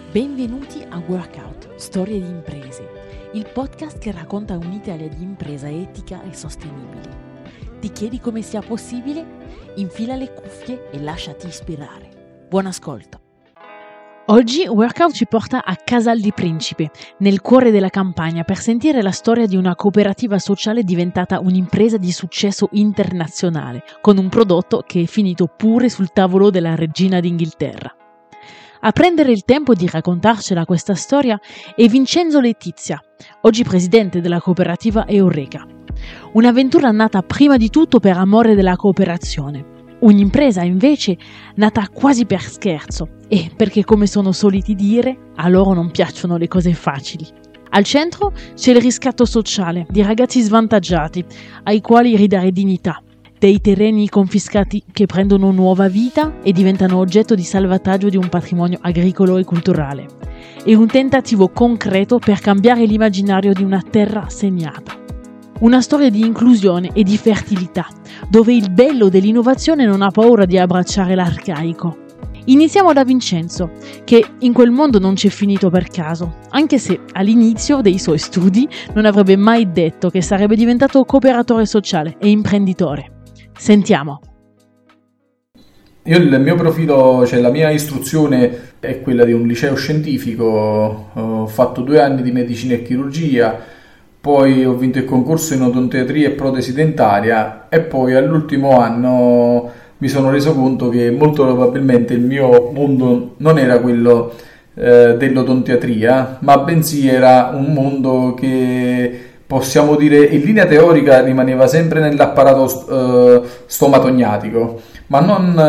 Benvenuti a Workout, Storie di imprese, il podcast che racconta un'Italia di impresa etica e sostenibile. Ti chiedi come sia possibile? Infila le cuffie e lasciati ispirare. Buon ascolto! Oggi Workout ci porta a Casal di Principe, nel cuore della campagna, per sentire la storia di una cooperativa sociale diventata un'impresa di successo internazionale, con un prodotto che è finito pure sul tavolo della regina d'Inghilterra. A prendere il tempo di raccontarcela questa storia è Vincenzo Letizia, oggi presidente della cooperativa Eureka. Un'avventura nata prima di tutto per amore della cooperazione. Un'impresa invece nata quasi per scherzo e perché, come sono soliti dire, a loro non piacciono le cose facili. Al centro c'è il riscatto sociale di ragazzi svantaggiati ai quali ridare dignità. Dei terreni confiscati che prendono nuova vita e diventano oggetto di salvataggio di un patrimonio agricolo e culturale. È un tentativo concreto per cambiare l'immaginario di una terra segnata. Una storia di inclusione e di fertilità, dove il bello dell'innovazione non ha paura di abbracciare l'arcaico. Iniziamo da Vincenzo, che in quel mondo non c'è finito per caso, anche se all'inizio dei suoi studi non avrebbe mai detto che sarebbe diventato cooperatore sociale e imprenditore. Sentiamo. Io il mio profilo, cioè la mia istruzione è quella di un liceo scientifico, ho fatto 2 anni di medicina e chirurgia, poi ho vinto il concorso in odontoiatria e protesi dentaria e poi all'ultimo anno mi sono reso conto che molto probabilmente il mio mondo non era quello dell'odontoiatria, ma bensì era un mondo che possiamo dire in linea teorica rimaneva sempre nell'apparato stomatognatico, ma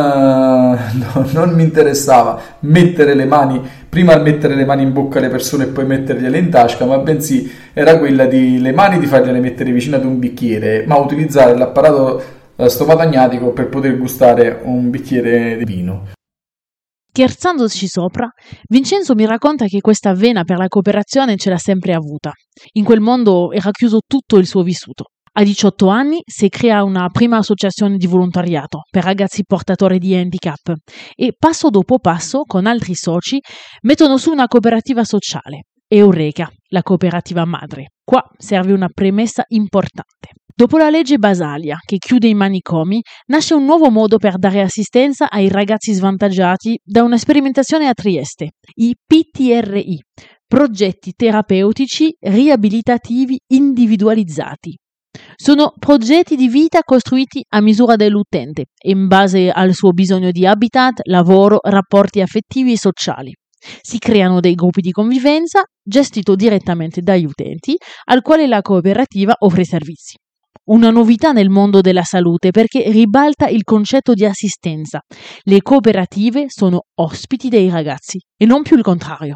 non mi interessava mettere le mani in bocca alle persone e poi mettergliele in tasca, ma bensì era quella di le mani di fargliele mettere vicino ad un bicchiere, ma utilizzare l'apparato stomatognatico per poter gustare un bicchiere di vino. Scherzandoci sopra, Vincenzo mi racconta che questa vena per la cooperazione ce l'ha sempre avuta. In quel mondo era chiuso tutto il suo vissuto. A 18 anni si crea una prima associazione di volontariato per ragazzi portatori di handicap e passo dopo passo, con altri soci, mettono su una cooperativa sociale, Eureka, la cooperativa madre. Qua serve una premessa importante. Dopo la legge Basaglia, che chiude i manicomi, nasce un nuovo modo per dare assistenza ai ragazzi svantaggiati da una sperimentazione a Trieste, i PTRI, progetti terapeutici riabilitativi individualizzati. Sono progetti di vita costruiti a misura dell'utente, in base al suo bisogno di habitat, lavoro, rapporti affettivi e sociali. Si creano dei gruppi di convivenza, gestito direttamente dagli utenti, al quale la cooperativa offre servizi. Una novità nel mondo della salute perché ribalta il concetto di assistenza. Le cooperative sono ospiti dei ragazzi e non più il contrario.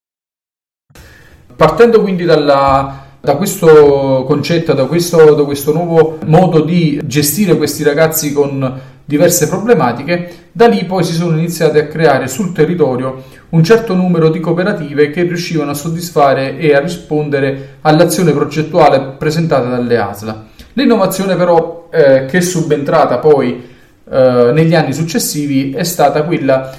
Partendo quindi da questo concetto, da questo nuovo modo di gestire questi ragazzi con diverse problematiche, da lì poi si sono iniziate a creare sul territorio un certo numero di cooperative che riuscivano a soddisfare e a rispondere all'azione progettuale presentata dalle ASL. L'innovazione però che è subentrata poi negli anni successivi è stata quella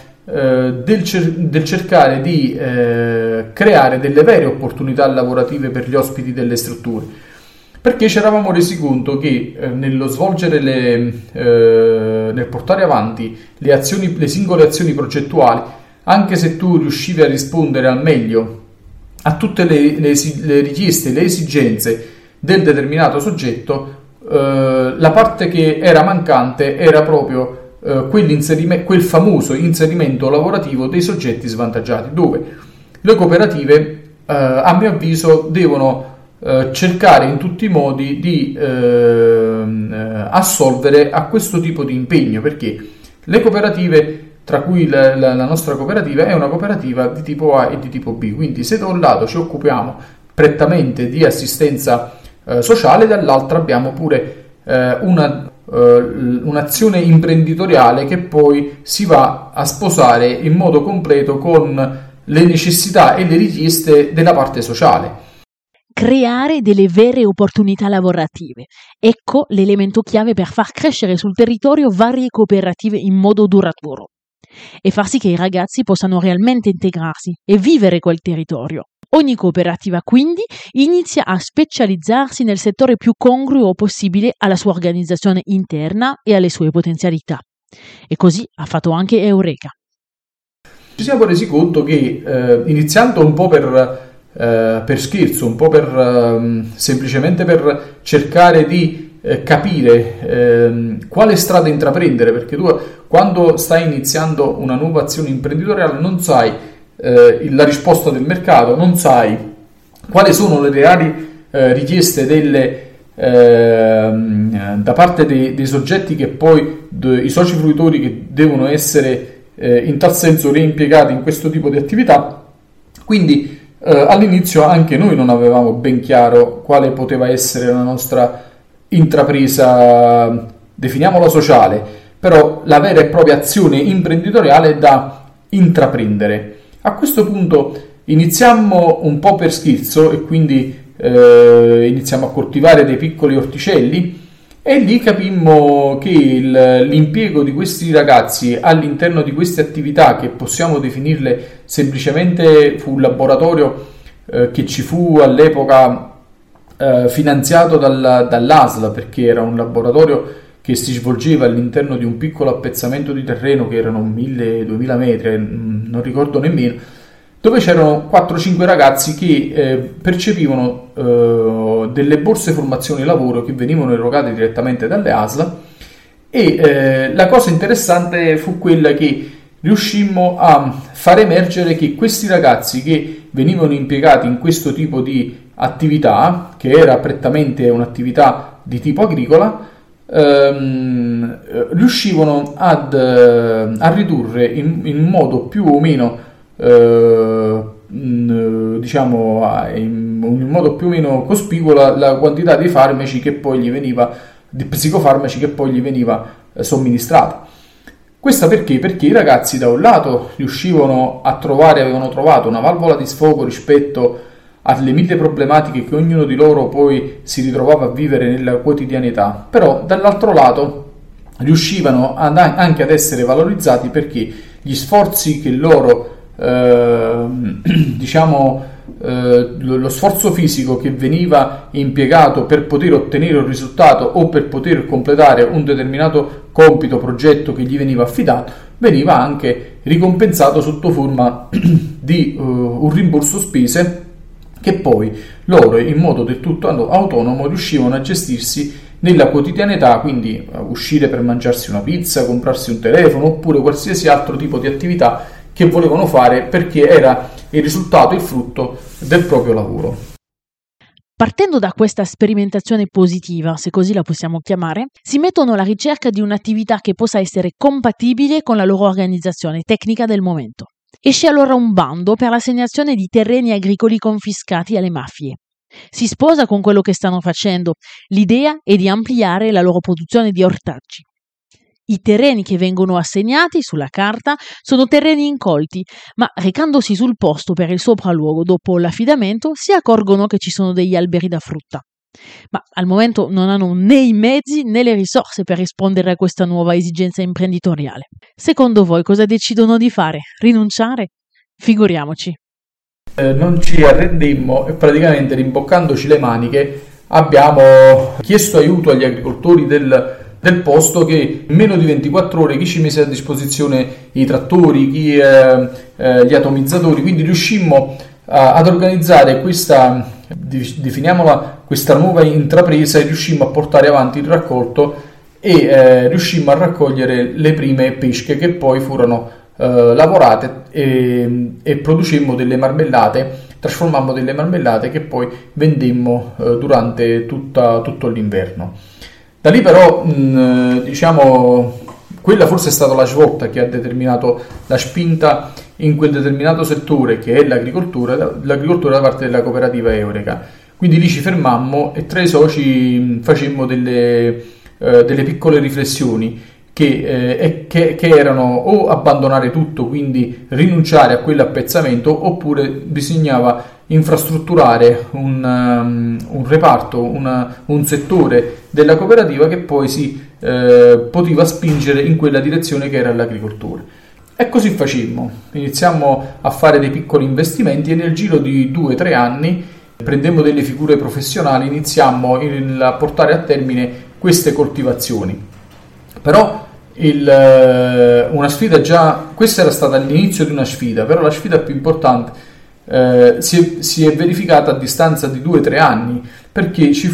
del cercare di creare delle vere opportunità lavorative per gli ospiti delle strutture, perché ci eravamo resi conto che nello svolgere nel portare avanti le singole azioni progettuali, anche se tu riuscivi a rispondere al meglio a tutte le richieste, le esigenze del determinato soggetto, la parte che era mancante era proprio quel famoso inserimento lavorativo dei soggetti svantaggiati, dove le cooperative a mio avviso devono cercare in tutti i modi di assolvere a questo tipo di impegno, perché le cooperative, tra cui la nostra cooperativa, è una cooperativa di tipo A e di tipo B, quindi se da un lato ci occupiamo prettamente di assistenza sociale, dall'altra abbiamo pure un'azione imprenditoriale che poi si va a sposare in modo completo con le necessità e le richieste della parte sociale. Creare delle vere opportunità lavorative. Ecco l'elemento chiave per far crescere sul territorio varie cooperative in modo duraturo. e far sì che i ragazzi possano realmente integrarsi e vivere quel territorio. Ogni cooperativa quindi inizia a specializzarsi nel settore più congruo possibile alla sua organizzazione interna e alle sue potenzialità. E così ha fatto anche Eureka. Ci siamo resi conto che iniziando un po' per scherzo, un po' semplicemente per cercare di capire quale strada intraprendere, perché tu quando stai iniziando una nuova azione imprenditoriale non sai la risposta del mercato, non sai quali sono le reali richieste da parte dei soggetti che poi, i soci fruitori che devono essere in tal senso reimpiegati in questo tipo di attività. Quindi all'inizio anche noi non avevamo ben chiaro quale poteva essere la nostra intrapresa, definiamola sociale, però la vera e propria azione imprenditoriale da intraprendere. A questo punto iniziammo un po' per scherzo e quindi iniziamo a coltivare dei piccoli orticelli e lì capimmo che l'impiego di questi ragazzi all'interno di queste attività, che possiamo definirle semplicemente, fu un laboratorio che ci fu all'epoca finanziato dall'ASL, perché era un laboratorio che si svolgeva all'interno di un piccolo appezzamento di terreno che erano 1000-2000 metri, non ricordo nemmeno, dove c'erano 4-5 ragazzi che percepivano delle borse formazione lavoro che venivano erogate direttamente dalle ASL e la cosa interessante fu quella che riuscimmo a far emergere che questi ragazzi che venivano impiegati in questo tipo di attività, che era prettamente un'attività di tipo agricola, riuscivano a ridurre in modo più o meno in modo più o meno cospicuo la quantità di farmaci che poi di psicofarmaci che poi gli veniva somministrata. Questa perché? Perché i ragazzi da un lato avevano trovato una valvola di sfogo rispetto alle mille problematiche che ognuno di loro poi si ritrovava a vivere nella quotidianità, però dall'altro lato riuscivano anche ad essere valorizzati perché gli sforzi che loro lo sforzo fisico che veniva impiegato per poter ottenere un risultato o per poter completare un determinato compito, progetto che gli veniva affidato, veniva anche ricompensato sotto forma di un rimborso spese che poi loro in modo del tutto autonomo riuscivano a gestirsi nella quotidianità, quindi uscire per mangiarsi una pizza, comprarsi un telefono oppure qualsiasi altro tipo di attività che volevano fare perché era il risultato, il frutto del proprio lavoro. Partendo da questa sperimentazione positiva, se così la possiamo chiamare, si mettono alla ricerca di un'attività che possa essere compatibile con la loro organizzazione tecnica del momento. Esce allora un bando per l'assegnazione di terreni agricoli confiscati alle mafie. Si sposa con quello che stanno facendo. L'idea è di ampliare la loro produzione di ortaggi. I terreni che vengono assegnati sulla carta sono terreni incolti, ma recandosi sul posto per il sopralluogo dopo l'affidamento si accorgono che ci sono degli alberi da frutta. Ma al momento non hanno né i mezzi né le risorse per rispondere a questa nuova esigenza imprenditoriale. Secondo voi cosa decidono di fare? Rinunciare? Figuriamoci. Non ci arrendemmo e praticamente rimboccandoci le maniche abbiamo chiesto aiuto agli agricoltori del posto, che in meno di 24 ore chi ci mise a disposizione i trattori, gli atomizzatori, quindi riuscimmo ad organizzare questa, definiamola, questa nuova intrapresa e riuscimmo a portare avanti il raccolto e riuscimmo a raccogliere le prime pesche che poi furono lavorate e producemmo delle marmellate, trasformammo delle marmellate che poi vendemmo durante tutto l'inverno. Da lì però quella forse è stata la svolta che ha determinato la spinta in quel determinato settore che è l'agricoltura da parte della cooperativa Eureka. Quindi lì ci fermammo e tra i soci facemmo delle piccole riflessioni che erano o abbandonare tutto, quindi rinunciare a quell'appezzamento, oppure bisognava infrastrutturare un reparto, un settore della cooperativa che poi si poteva spingere in quella direzione che era l'agricoltura. E così facemmo, iniziammo a fare dei piccoli investimenti e nel giro di 2-3 anni prendemmo delle figure professionali, iniziammo a portare a termine queste coltivazioni. Però una sfida già, questa era stata l'inizio di una sfida, però la sfida più importante si è verificata a distanza di 2-3 anni, perché ci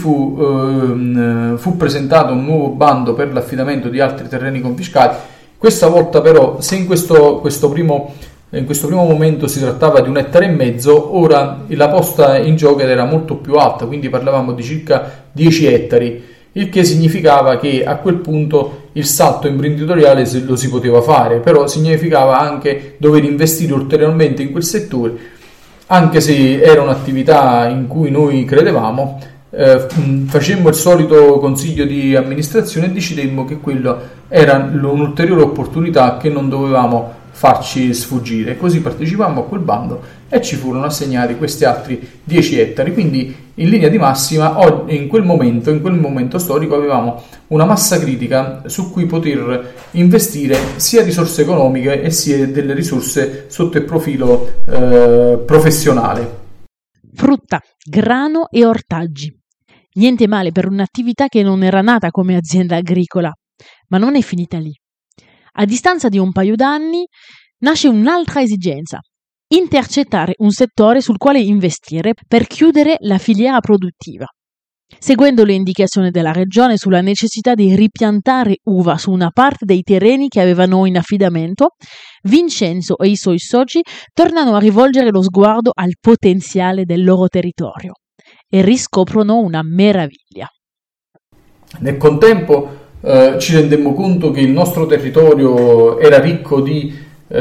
fu presentato un nuovo bando per l'affidamento di altri terreni confiscati. Questa volta però, se in questo primo momento si trattava di 1,5 ettari, ora la posta in gioco era molto più alta, quindi parlavamo di circa 10 ettari, il che significava che a quel punto il salto imprenditoriale lo si poteva fare, però significava anche dover investire ulteriormente in quel settore, anche se era un'attività in cui noi credevamo. Facemmo il solito consiglio di amministrazione e decidemmo che quello era un'ulteriore opportunità che non dovevamo farci sfuggire. Così partecipammo a quel bando e ci furono assegnati questi altri 10 ettari. Quindi in linea di massima in quel momento storico avevamo una massa critica su cui poter investire sia risorse economiche e sia delle risorse sotto il profilo professionale. Frutta, grano e ortaggi. Niente male per un'attività che non era nata come azienda agricola, ma non è finita lì. A distanza di un paio d'anni nasce un'altra esigenza: intercettare un settore sul quale investire per chiudere la filiera produttiva. Seguendo le indicazioni della regione sulla necessità di ripiantare uva su una parte dei terreni che avevano in affidamento, Vincenzo e i suoi soci tornano a rivolgere lo sguardo al potenziale del loro territorio e riscoprono una meraviglia. Nel contempo ci rendemmo conto che il nostro territorio era ricco di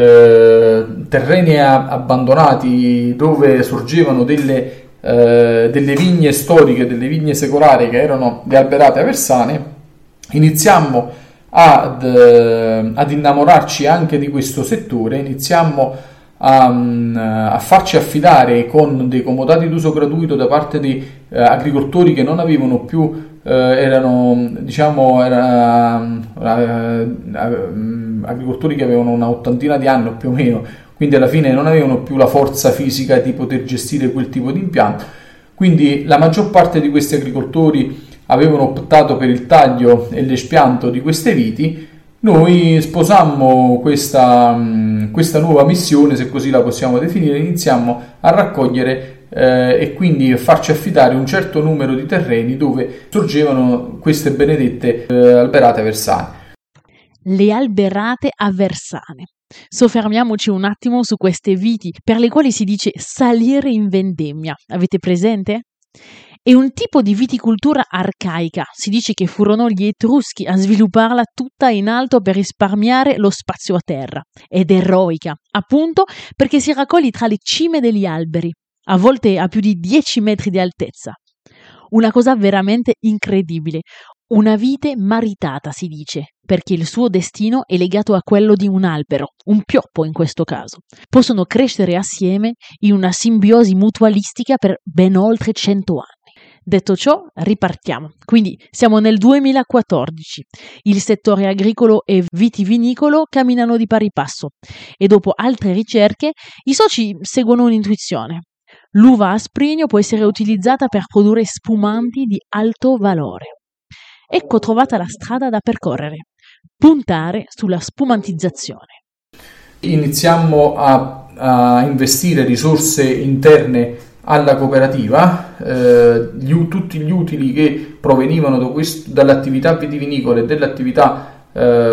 terreni abbandonati dove sorgevano delle vigne storiche, delle vigne secolari che erano le Alberate Aversane. Iniziammo ad innamorarci anche di questo settore, iniziammo a farci affidare con dei comodati d'uso gratuito da parte di agricoltori che non avevano più agricoltori che avevano una 80 di anni o più o meno, quindi alla fine non avevano più la forza fisica di poter gestire quel tipo di impianto. Quindi la maggior parte di questi agricoltori avevano optato per il taglio e l'espianto di queste viti. Noi sposammo questa nuova missione, se così la possiamo definire, iniziammo a raccogliere e quindi farci affidare un certo numero di terreni dove sorgevano queste benedette Alberate Aversane. Le Alberate Aversane. Soffermiamoci un attimo su queste viti per le quali si dice salire in vendemmia. Avete presente? È un tipo di viticoltura arcaica. Si dice che furono gli Etruschi a svilupparla tutta in alto per risparmiare lo spazio a terra. Ed eroica, appunto, perché si raccoglie tra le cime degli alberi, a volte a più di 10 metri di altezza. Una cosa veramente incredibile. Una vite maritata, si dice, perché il suo destino è legato a quello di un albero, un pioppo in questo caso. Possono crescere assieme in una simbiosi mutualistica per ben oltre 100 anni. Detto ciò, ripartiamo. Quindi siamo nel 2014. Il settore agricolo e vitivinicolo camminano di pari passo e dopo altre ricerche i soci seguono un'intuizione. L'uva a sprigno può essere utilizzata per produrre spumanti di alto valore. Ecco trovata la strada da percorrere: puntare sulla spumantizzazione. Iniziammo a investire risorse interne alla cooperativa, tutti gli utili che provenivano dall'attività vitivinicola e dell'attività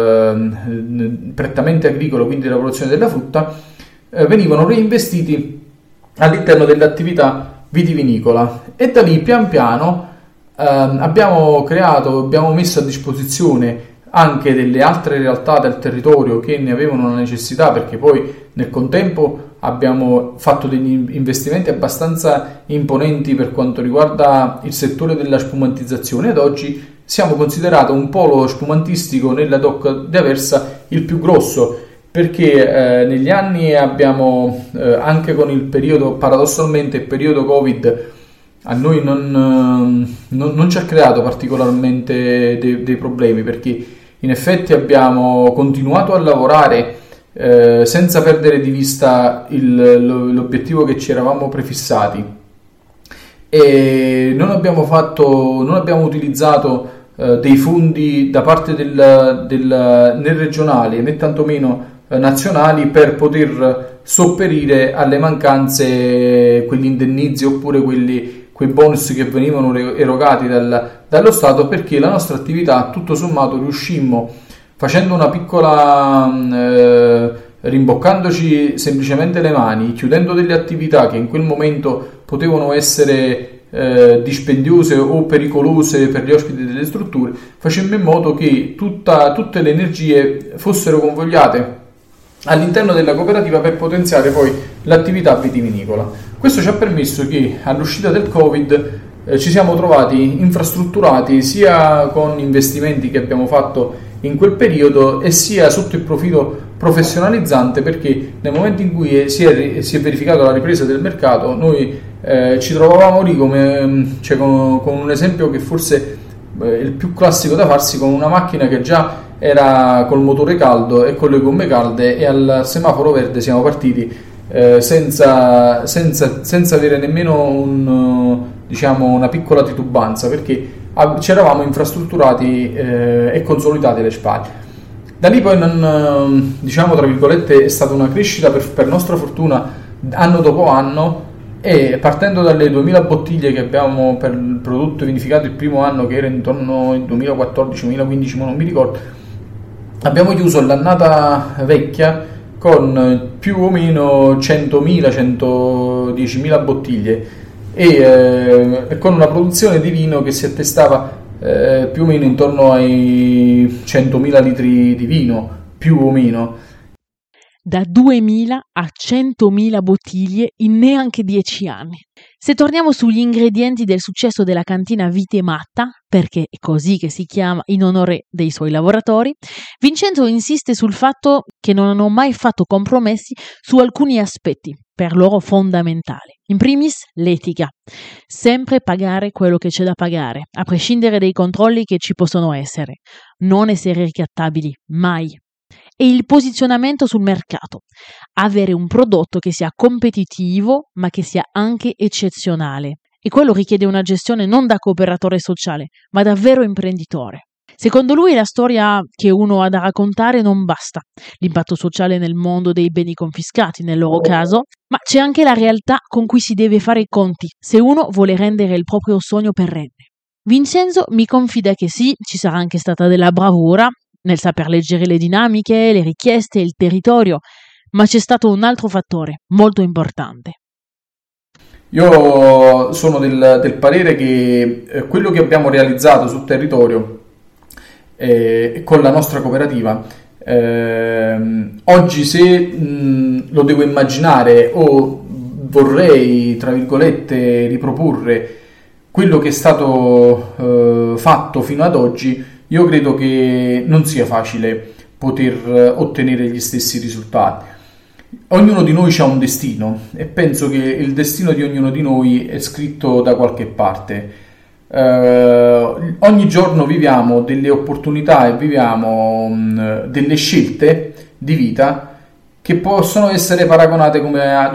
prettamente agricola, quindi della produzione della frutta, venivano reinvestiti all'interno dell'attività vitivinicola, e da lì pian piano abbiamo messo a disposizione anche delle altre realtà del territorio che ne avevano una necessità, perché poi nel contempo abbiamo fatto degli investimenti abbastanza imponenti per quanto riguarda il settore della spumantizzazione, ed oggi siamo considerato un polo spumantistico nella DOC di Aversa il più grosso, perché negli anni abbiamo anche con il periodo, paradossalmente il periodo Covid, a noi non ci ha creato particolarmente dei problemi, perché in effetti abbiamo continuato a lavorare senza perdere di vista l'obiettivo che ci eravamo prefissati, e non abbiamo utilizzato dei fondi da parte né regionali né tantomeno nazionali per poter sopperire alle mancanze, quegli indennizzi oppure quei bonus che venivano erogati dallo Stato, perché la nostra attività, tutto sommato, riuscimmo, facendo una piccola rimboccandoci semplicemente le mani, chiudendo delle attività che in quel momento potevano essere dispendiose o pericolose per gli ospiti delle strutture, facemmo in modo che tutte le energie fossero convogliate all'interno della cooperativa per potenziare poi l'attività vitivinicola. Questo ci ha permesso che all'uscita del Covid ci siamo trovati infrastrutturati sia con investimenti che abbiamo fatto in quel periodo e sia sotto il profilo professionalizzante, perché nel momento in cui si è verificata la ripresa del mercato, noi ci trovavamo lì con un esempio che forse è il più classico da farsi, con una macchina che già era col motore caldo e con le gomme calde, e al semaforo verde siamo partiti senza avere nemmeno una piccola titubanza, perché ci eravamo infrastrutturati e consolidati le spalle. Da lì poi tra virgolette, è stata una crescita per nostra fortuna anno dopo anno, e partendo dalle 2000 bottiglie che abbiamo per il prodotto vinificato il primo anno, che era intorno al 2014-2015, ma non mi ricordo, abbiamo chiuso l'annata vecchia con più o meno 100.000-110.000 bottiglie e con una produzione di vino che si attestava più o meno intorno ai 100.000 litri di vino, più o meno. Da 2.000 a 100.000 bottiglie in neanche 10 anni. Se torniamo sugli ingredienti del successo della cantina Vite Matta, perché è così che si chiama in onore dei suoi lavoratori, Vincenzo insiste sul fatto che non hanno mai fatto compromessi su alcuni aspetti per loro fondamentali. In primis, l'etica. Sempre pagare quello che c'è da pagare, a prescindere dai controlli che ci possono essere. Non essere ricattabili, mai. E il posizionamento sul mercato. Avere un prodotto che sia competitivo, ma che sia anche eccezionale. E quello richiede una gestione non da cooperatore sociale, ma da vero imprenditore. Secondo lui la storia che uno ha da raccontare non basta, l'impatto sociale nel mondo dei beni confiscati nel loro caso, ma c'è anche la realtà con cui si deve fare i conti se uno vuole rendere il proprio sogno perenne. Vincenzo mi confida che sì, ci sarà anche stata della bravura nel saper leggere le dinamiche, le richieste, il territorio, ma c'è stato un altro fattore molto importante. Io sono del parere che quello che abbiamo realizzato sul territorio con la nostra cooperativa, oggi se lo devo immaginare o vorrei, tra virgolette, riproporre quello che è stato fatto fino ad oggi, io credo che non sia facile poter ottenere gli stessi risultati. Ognuno di noi ha un destino e penso che il destino di ognuno di noi è scritto da qualche parte. Ogni giorno viviamo delle opportunità e viviamo delle scelte di vita che possono essere paragonate come ad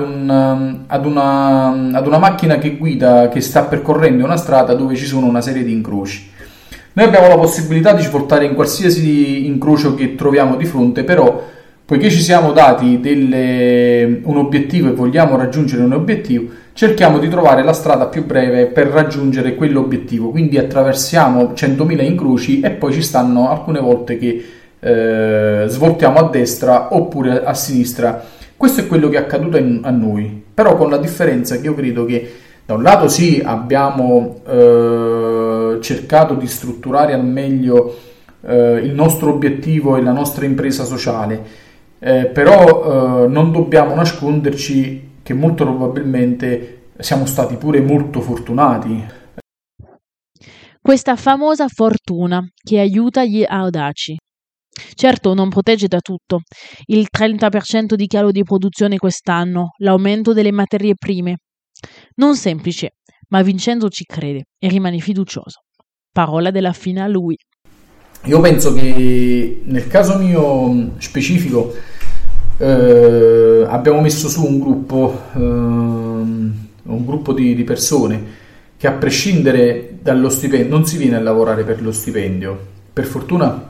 una macchina che guida, che sta percorrendo una strada dove ci sono una serie di incroci. Noi abbiamo la possibilità di svoltare in qualsiasi incrocio che troviamo di fronte, però poiché ci siamo dati un obiettivo e vogliamo raggiungere un obiettivo, cerchiamo di trovare la strada più breve per raggiungere quell'obiettivo. Quindi attraversiamo 100.000 incroci e poi ci stanno alcune volte che svoltiamo a destra oppure a sinistra. Questo è quello che è accaduto a noi, però con la differenza che io credo che da un lato sì, abbiamo cercato di strutturare al meglio il nostro obiettivo e la nostra impresa sociale, però non dobbiamo nasconderci che molto probabilmente siamo stati pure molto fortunati. Questa famosa fortuna che aiuta gli audaci. Certo, non protegge da tutto. Il 30% di calo di produzione quest'anno, l'aumento delle materie prime. Non semplice, ma Vincenzo ci crede e rimane fiducioso. Parola della fine a lui. Io penso che nel caso mio specifico abbiamo messo su un gruppo di persone che, a prescindere dallo stipendio, non si viene a lavorare per lo stipendio. Per fortuna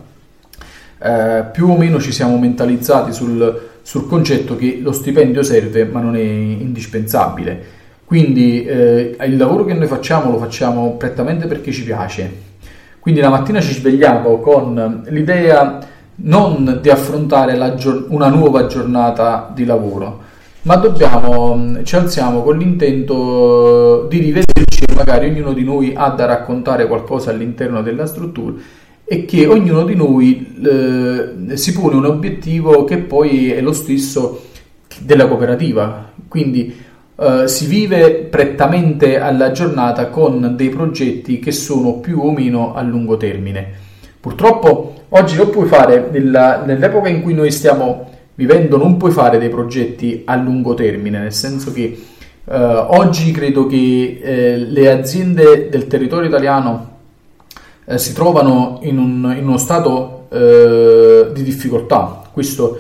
più o meno ci siamo mentalizzati sul concetto che lo stipendio serve ma non è indispensabile. Quindi il lavoro che noi facciamo lo facciamo prettamente perché ci piace. Quindi la mattina ci svegliamo con l'idea non di affrontare una nuova giornata di lavoro, ma ci alziamo con l'intento di rivederci, e magari ognuno di noi ha da raccontare qualcosa all'interno della struttura, e che ognuno di noi si pone un obiettivo che poi è lo stesso della cooperativa. Quindi si vive prettamente alla giornata con dei progetti che sono più o meno a lungo termine. Purtroppo oggi non puoi fare, nell'epoca in cui noi stiamo vivendo, non puoi fare dei progetti a lungo termine, nel senso che oggi credo che le aziende del territorio italiano si trovano in uno stato di difficoltà. Questo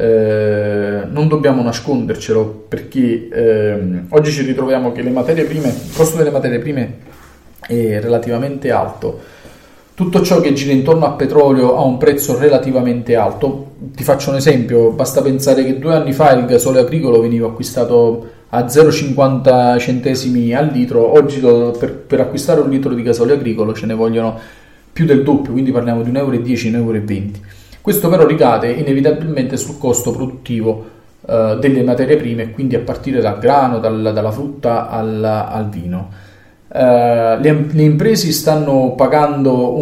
non dobbiamo nascondercelo, perché oggi ci ritroviamo che il costo delle materie prime è relativamente alto. Tutto ciò che gira intorno al petrolio ha un prezzo relativamente alto. Ti faccio un esempio: basta pensare che 2 anni fa il gasolio agricolo veniva acquistato a 0,50 centesimi al litro. Oggi per acquistare un litro di gasolio agricolo ce ne vogliono più del doppio, quindi parliamo di 1,10 €, 1,20 €. Questo però ricade inevitabilmente sul costo produttivo delle materie prime, quindi a partire dal grano, dalla frutta al vino. Le imprese stanno pagando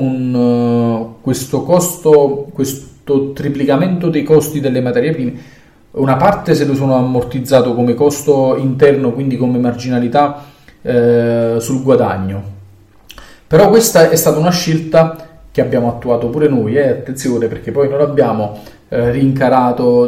questo costo, questo triplicamento dei costi delle materie prime. Una parte se lo sono ammortizzato come costo interno, quindi come marginalità sul guadagno. Però questa è stata una scelta che abbiamo attuato pure noi, attenzione, perché poi non abbiamo rincarato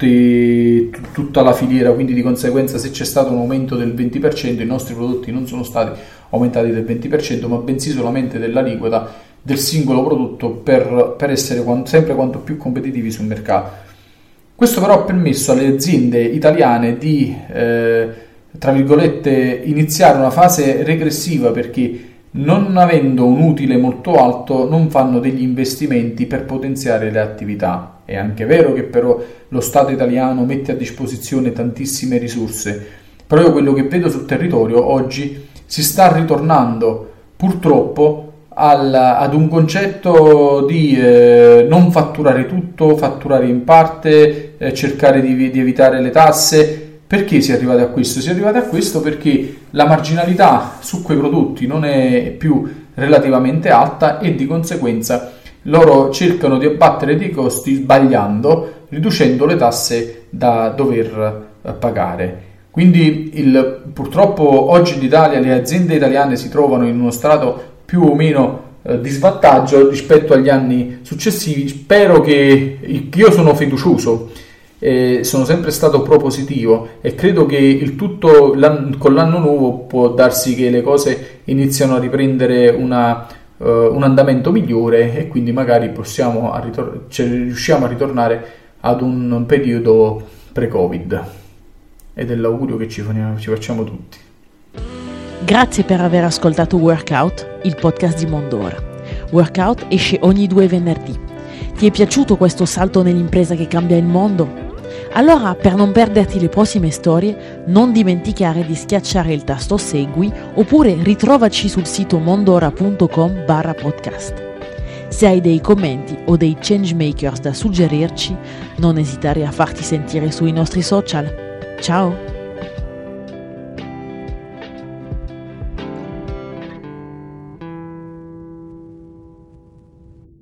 di tutta la filiera, quindi di conseguenza se c'è stato un aumento del 20%, i nostri prodotti non sono stati aumentati del 20%, ma bensì solamente dell'aliquota del singolo prodotto per essere sempre quanto più competitivi sul mercato. Questo però ha permesso alle aziende italiane di, tra virgolette, iniziare una fase regressiva, perché non avendo un utile molto alto non fanno degli investimenti per potenziare le attività. È anche vero che però lo Stato italiano mette a disposizione tantissime risorse, però io quello che vedo sul territorio oggi si sta ritornando purtroppo ad un concetto di non fatturare tutto, fatturare in parte, cercare di evitare le tasse. Perché si è arrivati a questo? Si è arrivati a questo perché la marginalità su quei prodotti non è più relativamente alta e di conseguenza loro cercano di abbattere dei costi sbagliando, riducendo le tasse da dover pagare. Quindi purtroppo oggi in Italia le aziende italiane si trovano in uno strato più o meno di svantaggio rispetto agli anni successivi. Spero che io sono fiducioso. Sono sempre stato propositivo e credo che il tutto con l'anno nuovo può darsi che le cose iniziano a riprendere un andamento migliore e quindi magari riusciamo a ritornare ad un periodo pre-Covid, ed è l'augurio che ci facciamo tutti. Grazie per aver ascoltato Workout, il podcast di Mondora. Workout esce ogni 2 venerdì. Ti è piaciuto questo salto nell'impresa che cambia il mondo? Allora, per non perderti le prossime storie, non dimenticare di schiacciare il tasto segui oppure ritrovaci sul sito mondora.com/podcast. Se hai dei commenti o dei changemakers da suggerirci, non esitare a farti sentire sui nostri social. Ciao!